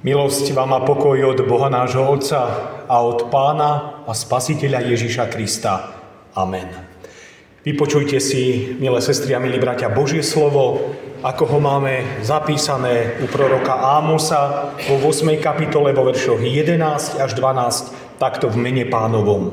Milosť vám a pokoj od Boha nášho Otca a od Pána a Spasiteľa Ježiša Krista. Amen. Vypočujte si, milé sestry a milí bratia, Božie slovo, ako ho máme zapísané u proroka Ámosa vo 8. kapitole vo veršoch 11 až 12, takto v mene Pánovom.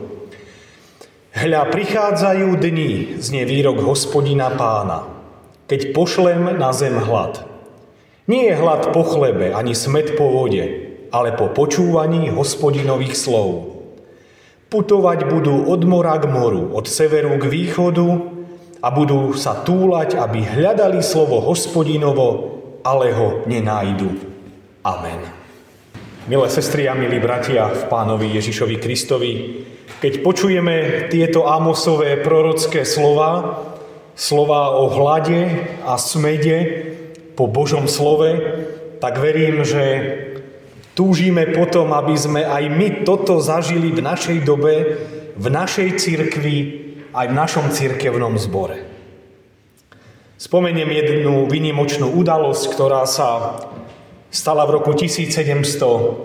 Hľa, prichádzajú dni, znie výrok Hospodina Pána, keď pošlem na zem hlad. Nie je hlad po chlebe, ani smäd po vode, ale po počúvaní Hospodinových slov. Putovať budú od mora k moru, od severu k východu a budú sa túlať, aby hľadali slovo Hospodinovo, ale ho nenájdu. Amen. Milé sestry a milí bratia v Pánovi Ježišovi Kristovi, keď počujeme tieto Ámosové prorocké slova o hlade a smede po Božom slove, tak verím, že túžime potom, aby sme aj my toto zažili v našej dobe, v našej cirkvi, aj v našom cirkevnom zbore. Spomeniem jednu výnimočnú udalosť, ktorá sa stala v roku 1737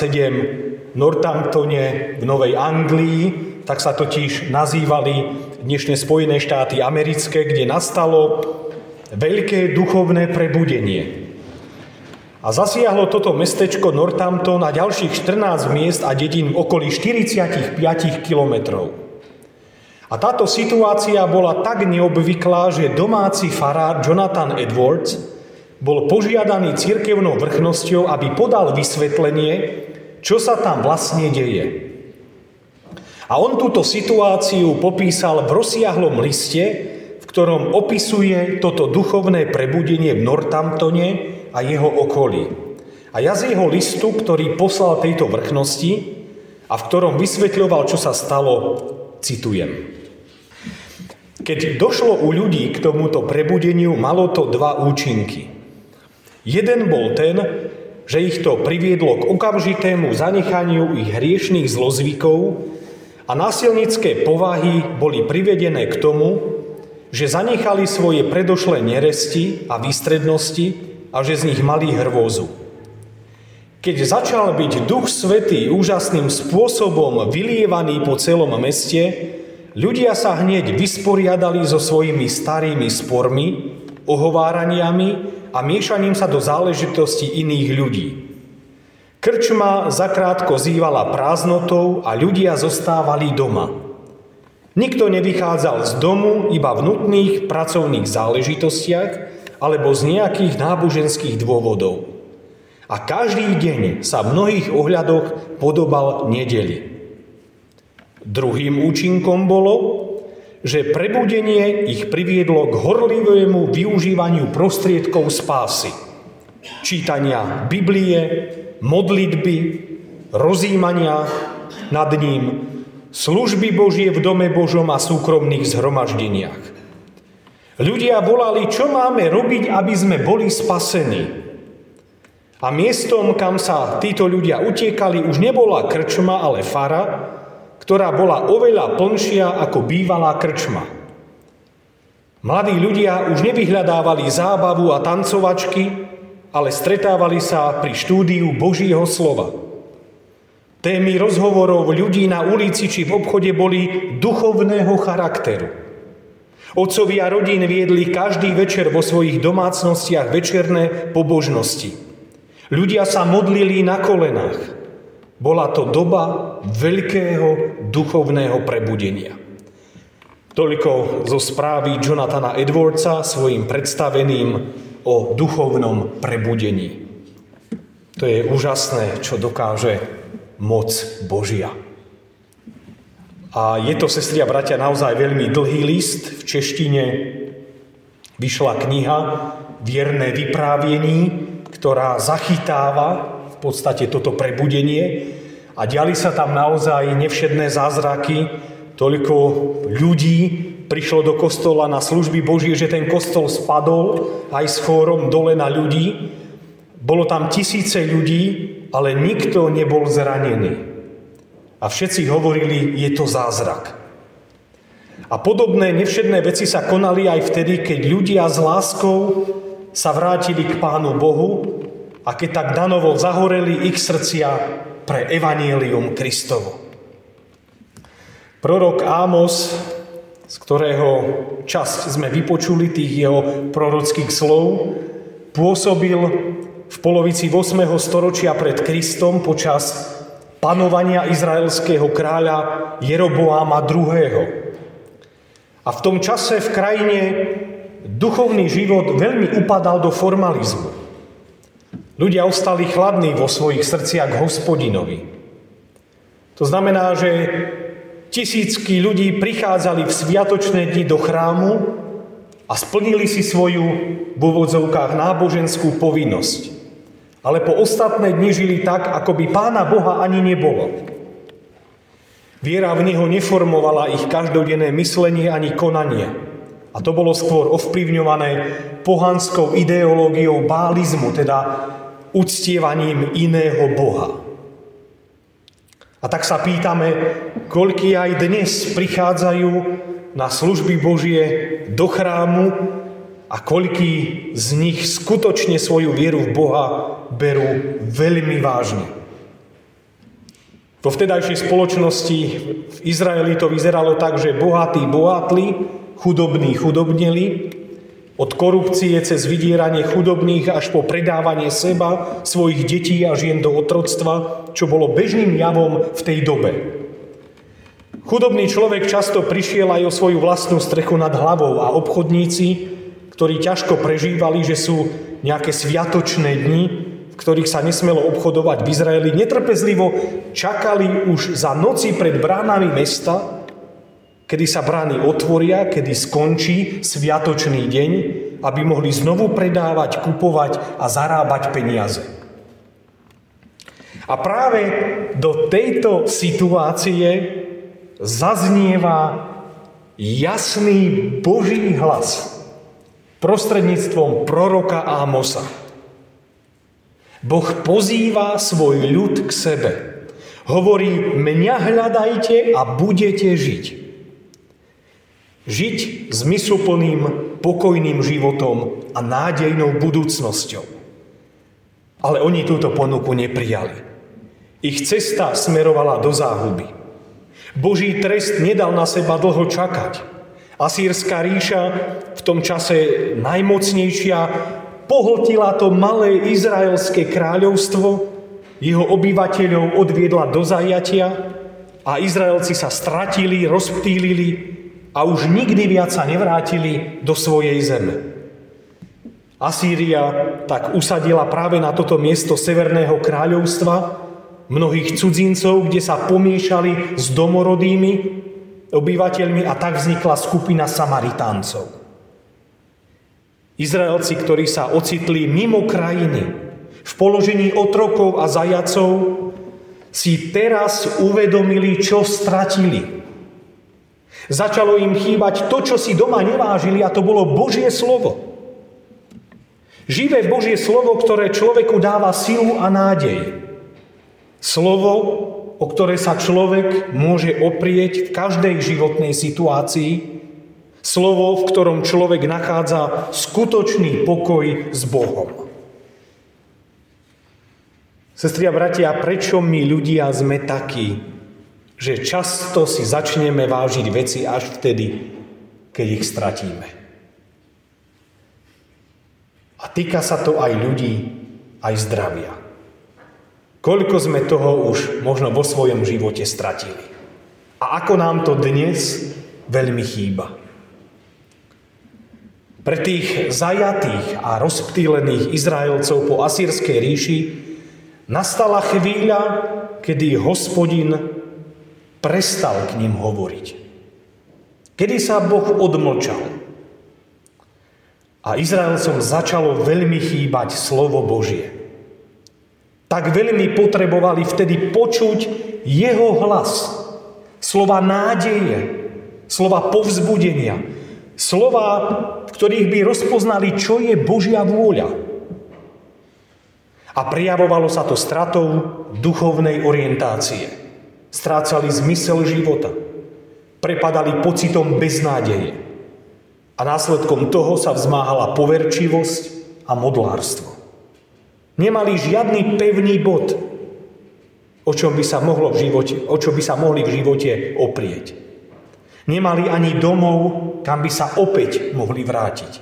v Northamptone v Novej Anglii, tak sa totiž nazývali dnešné Spojené štáty americké, kde nastalo veľké duchovné prebudenie. A zasiahlo toto mestečko Northampton a ďalších 14 miest a dedín v okolí 45 kilometrov. A táto situácia bola tak neobvyklá, že domáci farár Jonathan Edwards bol požiadaný cirkevnou vrchnosťou, aby podal vysvetlenie, čo sa tam vlastne deje. A on túto situáciu popísal v rozsiahlom liste, v ktorom opisuje toto duchovné prebudenie v Northamptone a jeho okolí. A ja z jeho listu, ktorý poslal tejto vrchnosti a v ktorom vysvetľoval, čo sa stalo, citujem. Keď došlo u ľudí k tomuto prebudeniu, malo to dva účinky. Jeden bol ten, že ich to priviedlo k okamžitému zanechaniu ich hriešných zlozvykov a násilnické povahy boli privedené k tomu, že zanechali svoje predošlé neresti a výstrednosti a že z nich mali hrôzu. Keď začal byť Duch Svätý úžasným spôsobom vylievaný po celom meste, ľudia sa hneď vysporiadali so svojimi starými spormi, ohováraniami a miešaním sa do záležitostí iných ľudí. Krčma zakrátko zývala prázdnotou a ľudia zostávali doma. Nikto nevychádzal z domu iba v nutných pracovných záležitostiach alebo z nejakých náboženských dôvodov. A každý deň sa v mnohých ohľadoch podobal nedeli. Druhým účinkom bolo, že prebudenie ich priviedlo k horlivému využívaniu prostriedkov spásy. Čítania Biblie, modlitby, rozjímania nad ním, služby Božie v dome Božom a súkromných zhromaždeniach. Ľudia volali, čo máme robiť, aby sme boli spasení. A miestom, kam sa títo ľudia utiekali, už nebola krčma, ale fara, ktorá bola oveľa plnšia ako bývalá krčma. Mladí ľudia už nevyhľadávali zábavu a tancovačky, ale stretávali sa pri štúdiu Božieho slova. Témy rozhovorov ľudí na ulici či v obchode boli duchovného charakteru. Otcovia rodín viedli každý večer vo svojich domácnostiach večerné pobožnosti. Ľudia sa modlili na kolenách. Bola to doba veľkého duchovného prebudenia. Toľko zo správy Jonathana Edwardsa svojim predstaveným o duchovnom prebudení. To je úžasné, čo dokáže moc Božia. A je to, sestri a bratia, naozaj veľmi dlhý list. V češtine vyšla kniha Vierne vypráviení, ktorá zachytáva v podstate toto prebudenie a diali sa tam naozaj nevšedné zázraky. Toľko ľudí prišlo do kostola na služby Božie, že ten kostol spadol aj s chórom dole na ľudí. Bolo tam tisíce ľudí, ale nikto nebol zranený. A všetci hovorili, je to zázrak. A podobné nevšedné veci sa konali aj vtedy, keď ľudia s láskou sa vrátili k Pánu Bohu a a keď tak danovo zahoreli ich srdcia pre evanjelium Kristovo. Prorok Ámos, z ktorého časť sme vypočuli tých jeho prorockých slov, pôsobil v polovici 8. storočia pred Kristom počas panovania izraelského kráľa Jeroboáma II. A v tom čase v krajine duchovný život veľmi upadal do formalizmu. Ľudia ostali chladní vo svojich srdciach k Hospodinovi. To znamená, že tisícky ľudí prichádzali v sviatočné dni do chrámu a splnili si svoju v úvodzovkách náboženskú povinnosť. Ale po ostatné dni žili tak, ako by Pána Boha ani nebolo. Viera v Neho neformovala ich každodenné myslenie ani konanie. A to bolo skôr ovplyvňované pohanskou ideológiou bálizmu, teda uctievaním iného Boha. A tak sa pýtame, koľkí aj dnes prichádzajú na služby Božie do chrámu a koľkí z nich skutočne svoju vieru v Boha berú veľmi vážne. Vo vtedajšej spoločnosti v Izraeli to vyzeralo tak, že bohatí bohatli, chudobní chudobneli, od korupcie cez vydieranie chudobných až po predávanie seba, svojich detí a žien do otroctva, čo bolo bežným javom v tej dobe. Chudobný človek často prišiel aj o svoju vlastnú strechu nad hlavou a obchodníci, ktorí ťažko prežívali, že sú nejaké sviatočné dni, v ktorých sa nesmelo obchodovať v Izraeli, netrpezlivo čakali už za noci pred bránami mesta, kedy sa brány otvoria, kedy skončí sviatočný deň, aby mohli znovu predávať, kupovať a zarábať peniaze. A práve do tejto situácie zaznieva jasný Boží hlas prostredníctvom proroka Ámosa. Boh pozýva svoj ľud k sebe. Hovorí, mňa hľadajte a budete žiť. Žiť zmysluplným, pokojným životom a nádejnou budúcnosťou. Ale oni túto ponuku neprijali. Ich cesta smerovala do záhuby. Boží trest nedal na seba dlho čakať. Asýrska ríša, v tom čase najmocnejšia, pohltila to malé izraelské kráľovstvo, jeho obyvateľov odviedla do zajatia a Izraelci sa stratili, rozptýlili a už nikdy viac sa nevrátili do svojej zeme. Asýria tak usadila práve na toto miesto Severného kráľovstva mnohých cudzincov, kde sa pomiešali s domorodými obyvateľmi a tak vznikla skupina Samaritáncov. Izraelci, ktorí sa ocitli mimo krajiny, v položení otrokov a zajacov, si teraz uvedomili, čo stratili. Začalo im chýbať to, čo si doma nevážili, a to bolo Božie slovo. Živé Božie slovo, ktoré človeku dáva silu a nádej. Slovo, o ktoré sa človek môže oprieť v každej životnej situácii. Slovo, v ktorom človek nachádza skutočný pokoj s Bohom. Sestri a bratia, prečo my ľudia sme takí, že často si začneme vážiť veci až vtedy, keď ich stratíme? A týka sa to aj ľudí, aj zdravia. Koľko sme toho už možno vo svojom živote stratili. A ako nám to dnes veľmi chýba. Pre tých zajatých a rozptýlených Izraelcov po Asýrskej ríši nastala chvíľa, kedy Hospodin prestal k ním hovoriť. Kedy sa Boh odmlčal. A Izraelcom začalo veľmi chýbať slovo Božie. Tak veľmi potrebovali vtedy počuť jeho hlas. Slova nádeje, slova povzbudenia, slova, v ktorých by rozpoznali, čo je Božia vôľa. A prejavovalo sa to stratou duchovnej orientácie. Strácali zmysel života. Prepadali pocitom beznádeje. A následkom toho sa vzmáhala poverčivosť a modlárstvo. Nemali žiadny pevný bod, o čo by sa mohli v živote oprieť. Nemali ani domov, kam by sa opäť mohli vrátiť.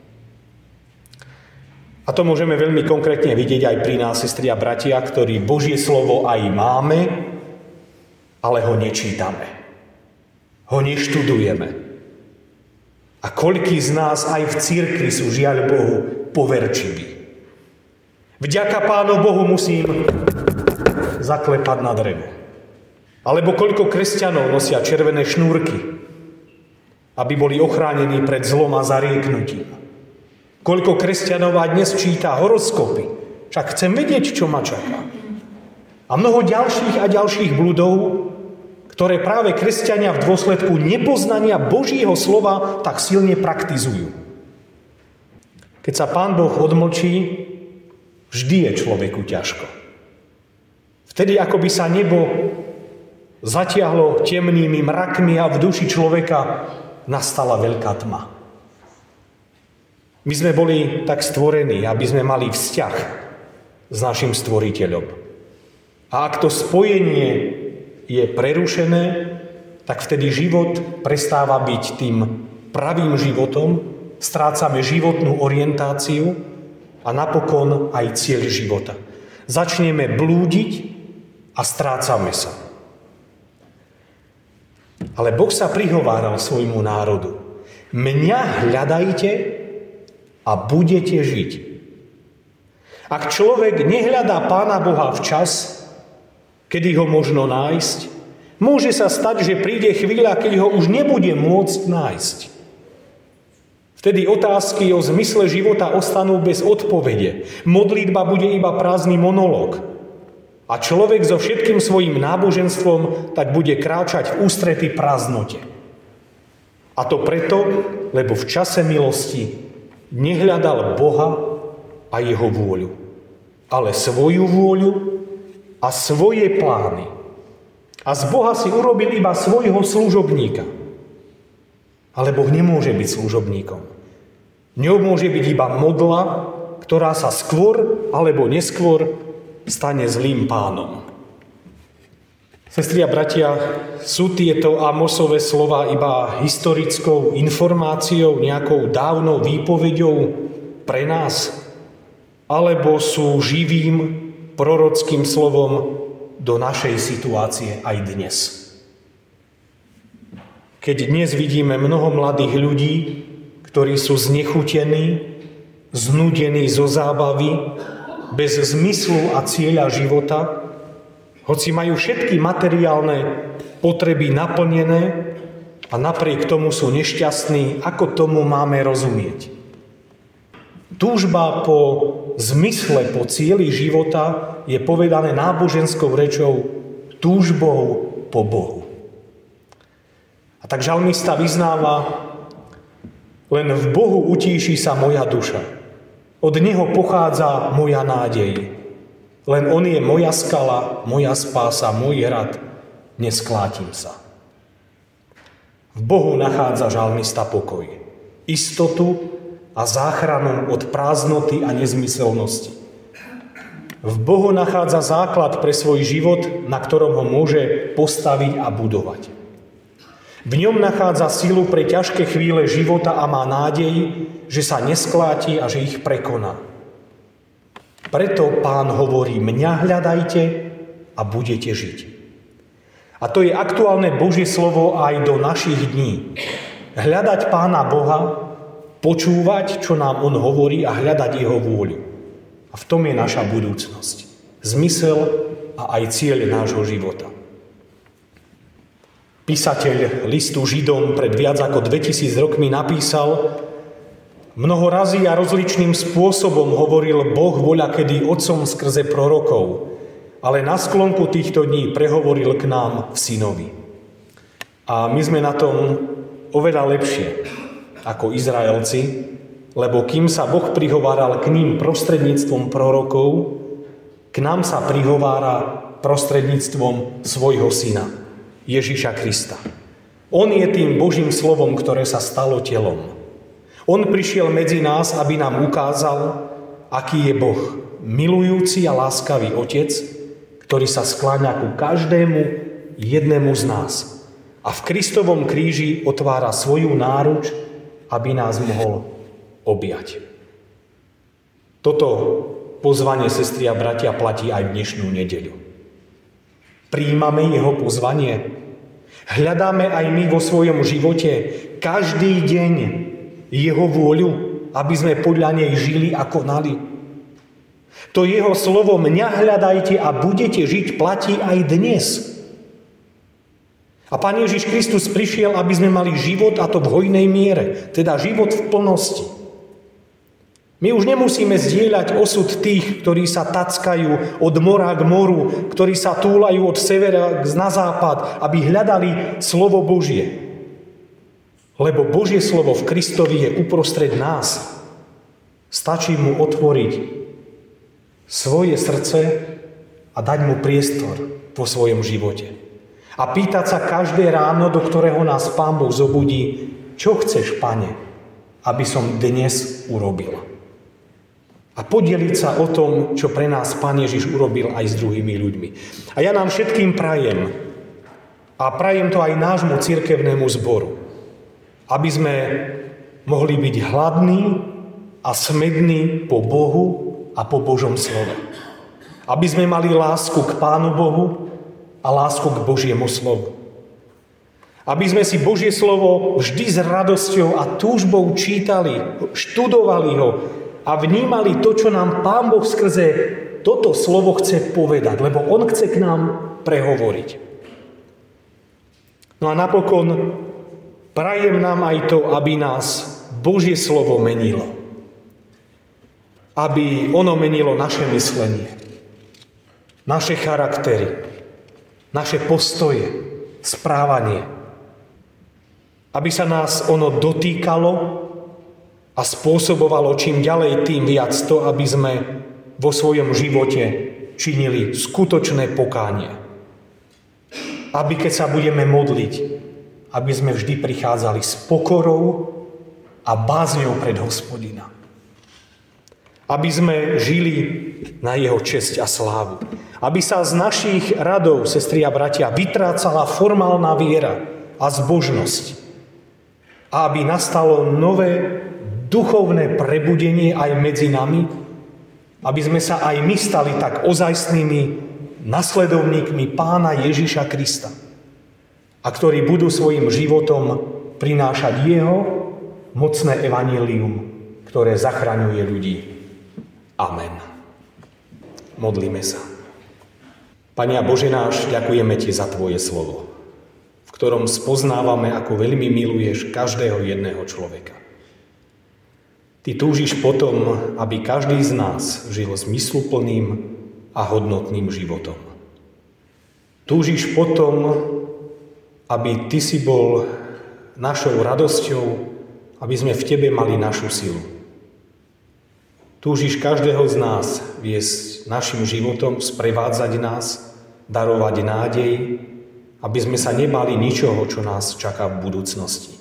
A to môžeme veľmi konkrétne vidieť aj pri nás, sestri a bratia, ktorí Božie slovo aj máme, ale ho nečítame. Ho neštudujeme. A koľký z nás aj v cirkvi sú, žiaľ Bohu, poverčiví. Vďaka Pánu Bohu musím zaklepať na drevo. Alebo koľko kresťanov nosia červené šnúrky, aby boli ochránení pred zlom a zarieknutím. Koľko kresťanov aj dnes číta horoskopy, však chcem vedieť, čo ma čaká. A mnoho ďalších a ďalších bludov, ktoré práve kresťania v dôsledku nepoznania Božieho slova tak silne praktizujú. Keď sa Pán Boh odmlčí, vždy je človeku ťažko. Vtedy ako by sa nebo zatiahlo temnými mrakmi a v duši človeka nastala veľká tma. My sme boli tak stvorení, aby sme mali vzťah s našim stvoriteľom. A ak to spojenie je prerušené, tak vtedy život prestáva byť tým pravým životom, strácame životnú orientáciu a napokon aj cieľ života. Začneme blúdiť a strácame sa. Ale Boh sa prihováral svojmu národu. Mňa hľadajte a budete žiť. Ak človek nehľadá Pána Boha včas, kedy ho možno nájsť, môže sa stať, že príde chvíľa, keď ho už nebude môcť nájsť. Vtedy otázky o zmysle života ostanú bez odpovede. Modlitba bude iba prázdny monológ. A človek so všetkým svojím náboženstvom tak bude kráčať v ústrety prázdnote. A to preto, lebo v čase milosti nehľadal Boha a jeho vôľu, ale svoju vôľu a svoje plány. A z Boha si urobil iba svojho služobníka. Ale Boh nemôže byť služobníkom. Nemôže byť iba modla, ktorá sa skôr alebo neskôr stane zlým pánom. Sestri a bratia, sú tieto Amosove slova iba historickou informáciou, nejakou dávnou výpoveďou pre nás? Alebo sú živým prorockým slovom do našej situácie aj dnes? Keď dnes vidíme mnoho mladých ľudí, ktorí sú znechutení, znudení zo zábavy, bez zmyslu a cieľa života, hoci majú všetky materiálne potreby naplnené a napriek tomu sú nešťastní, ako tomu máme rozumieť? Túžba po zmysle, po cieli života je povedané náboženskou rečou túžbou po Bohu. A tak žalmista vyznáva: len v Bohu utíši sa moja duša. Od Neho pochádza moja nádej. Len On je moja skala, moja spása, môj hrad. Nesklátim sa. V Bohu nachádza žalmista pokoj, istotu a záchranu od prázdnoty a nezmyselnosti. V Bohu nachádza základ pre svoj život, na ktorom ho môže postaviť a budovať. V ňom nachádza silu pre ťažké chvíle života a má nádej, že sa neskláti a že ich prekoná. Preto Pán hovorí: mňa hľadajte a budete žiť. A to je aktuálne Božie slovo aj do našich dní. Hľadať Pána Boha, počúvať, čo nám On hovorí a hľadať Jeho vôľu. A v tom je naša budúcnosť. Zmysel a aj cieľ nášho života. Písateľ listu Židom pred viac ako 2000 rokmi napísal: mnoho razy a rozličným spôsobom hovoril Boh voľakedy otcom skrze prorokov, ale na sklonku týchto dní prehovoril k nám v Synovi. A my sme na tom oveľa lepšie ako Izraelci, lebo kým sa Boh prihováral k ním prostredníctvom prorokov, k nám sa prihovára prostredníctvom svojho Syna, Ježiša Krista. On je tým Božím slovom, ktoré sa stalo telom. On prišiel medzi nás, aby nám ukázal, aký je Boh milujúci a láskavý Otec, ktorý sa skláňa ku každému jednému z nás a v Kristovom kríži otvára svoju náruč, aby nás mohol objať. Toto pozvanie, sestry a bratia, platí aj v dnešnú nedeľu. Prijímame jeho pozvanie. Hľadáme aj my vo svojom živote každý deň jeho vôľu, aby sme podľa nej žili a konali. To jeho slovo mňa hľadajte a budete žiť platí aj dnes. A Pán Ježiš Kristus prišiel, aby sme mali život, a to v hojnej miere, teda život v plnosti. My už nemusíme zdieľať osud tých, ktorí sa tackajú od mora k moru, ktorí sa túlajú od severa na západ, aby hľadali slovo Božie. Lebo Božie slovo v Kristovi je uprostred nás. Stačí mu otvoriť svoje srdce a dať mu priestor vo svojom živote. A pýtať sa každé ráno, do ktorého nás Pán Boh zobudí, čo chceš, Pane, aby som dnes urobil. A podeliť sa o tom, čo pre nás Pán Ježiš urobil aj s druhými ľuďmi. A ja nám všetkým prajem, a prajem to aj nášmu cirkevnému zboru, aby sme mohli byť hladní a smední po Bohu a po Božom slove. Aby sme mali lásku k Pánu Bohu a lásku k Božiemu slovu. Aby sme si Božie slovo vždy s radosťou a túžbou čítali, študovali ho a vnímali to, čo nám Pán Boh skrze toto slovo chce povedať, lebo on chce k nám prehovoriť. No a napokon prajem nám aj to, aby nás Božie slovo menilo. Aby ono menilo naše myslenie, naše charaktery, naše postoje, správanie. Aby sa nás ono dotýkalo a spôsobovalo čím ďalej, tým viac to, aby sme vo svojom živote činili skutočné pokánie. Aby keď sa budeme modliť, aby sme vždy prichádzali s pokorou a bázňou pred Hospodina. Aby sme žili na jeho česť a slávu. Aby sa z našich radov, sestry a bratia, vytrácala formálna viera a zbožnosť. A aby nastalo nové duchovné prebudenie aj medzi nami, aby sme sa aj my stali tak ozajstnými nasledovníkmi Pána Ježiša Krista, a ktorí budú svojim životom prinášať jeho mocné evanjelium, ktoré zachraňuje ľudí. Amen. Modlíme sa. Pane a Bože náš, ďakujeme Ti za Tvoje slovo, v ktorom spoznávame, ako veľmi miluješ každého jedného človeka. Ty túžiš potom, aby každý z nás žil zmysluplným a hodnotným životom. Túžiš potom, aby Ty si bol našou radosťou, aby sme v Tebe mali našu silu. Túžiš každého z nás viesť našim životom, sprevádzať nás, darovať nádej, aby sme sa nebali ničoho, čo nás čaká v budúcnosti.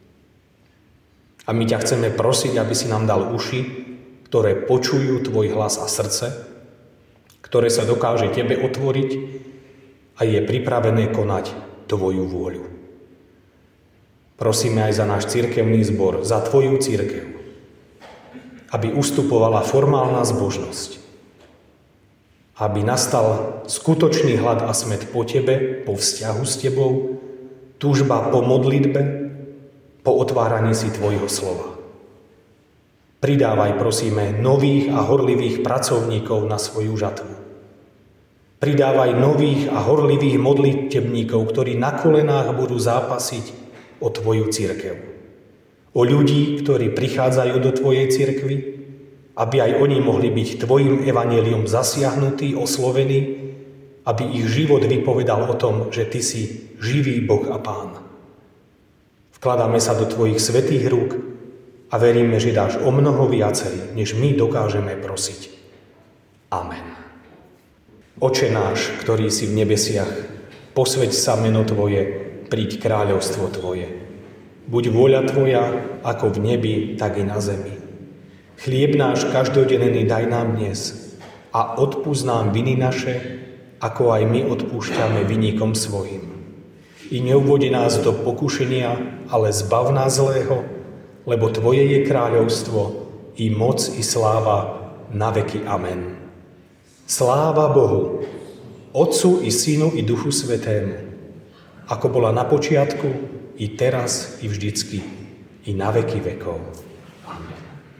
A my ťa chceme prosiť, aby si nám dal uši, ktoré počujú Tvoj hlas a srdce, ktoré sa dokáže Tebe otvoriť a je pripravené konať Tvoju vôľu. Prosíme aj za náš cirkevný zbor, za Tvoju cirkev, aby ustupovala formálna zbožnosť, aby nastal skutočný hlad a smäd po Tebe, po vzťahu s Tebou, túžba po modlitbe, po otváraní si Tvojho slova. Pridávaj, prosíme, nových a horlivých pracovníkov na svoju žatvu. Pridávaj nových a horlivých modlitebníkov, ktorí na kolenách budú zápasiť o Tvoju cirkev. O ľudí, ktorí prichádzajú do Tvojej cirkvi, aby aj oni mohli byť Tvojim evanjeliom zasiahnutí, oslovení, aby ich život vypovedal o tom, že Ty si živý Boh a Pán. Vkladáme sa do Tvojich svätých rúk a veríme, že dáš o mnoho viacej, než my dokážeme prosiť. Amen. Oče náš, ktorý si v nebesiach, posväť sa meno Tvoje, príď kráľovstvo Tvoje. Buď vôľa Tvoja, ako v nebi, tak i na zemi. Chlieb náš každodenný daj nám dnes a odpúsť nám viny naše, ako aj my odpúšťame vinníkom svojim. I neuvodi nás do pokušenia, ale zbav nás zlého, lebo Tvoje je kráľovstvo, i moc, i sláva, na veky. Amen. Sláva Bohu, Otcu i Synu i Duchu Svätému, ako bola na počiatku, i teraz, i vždycky, i na veky vekov.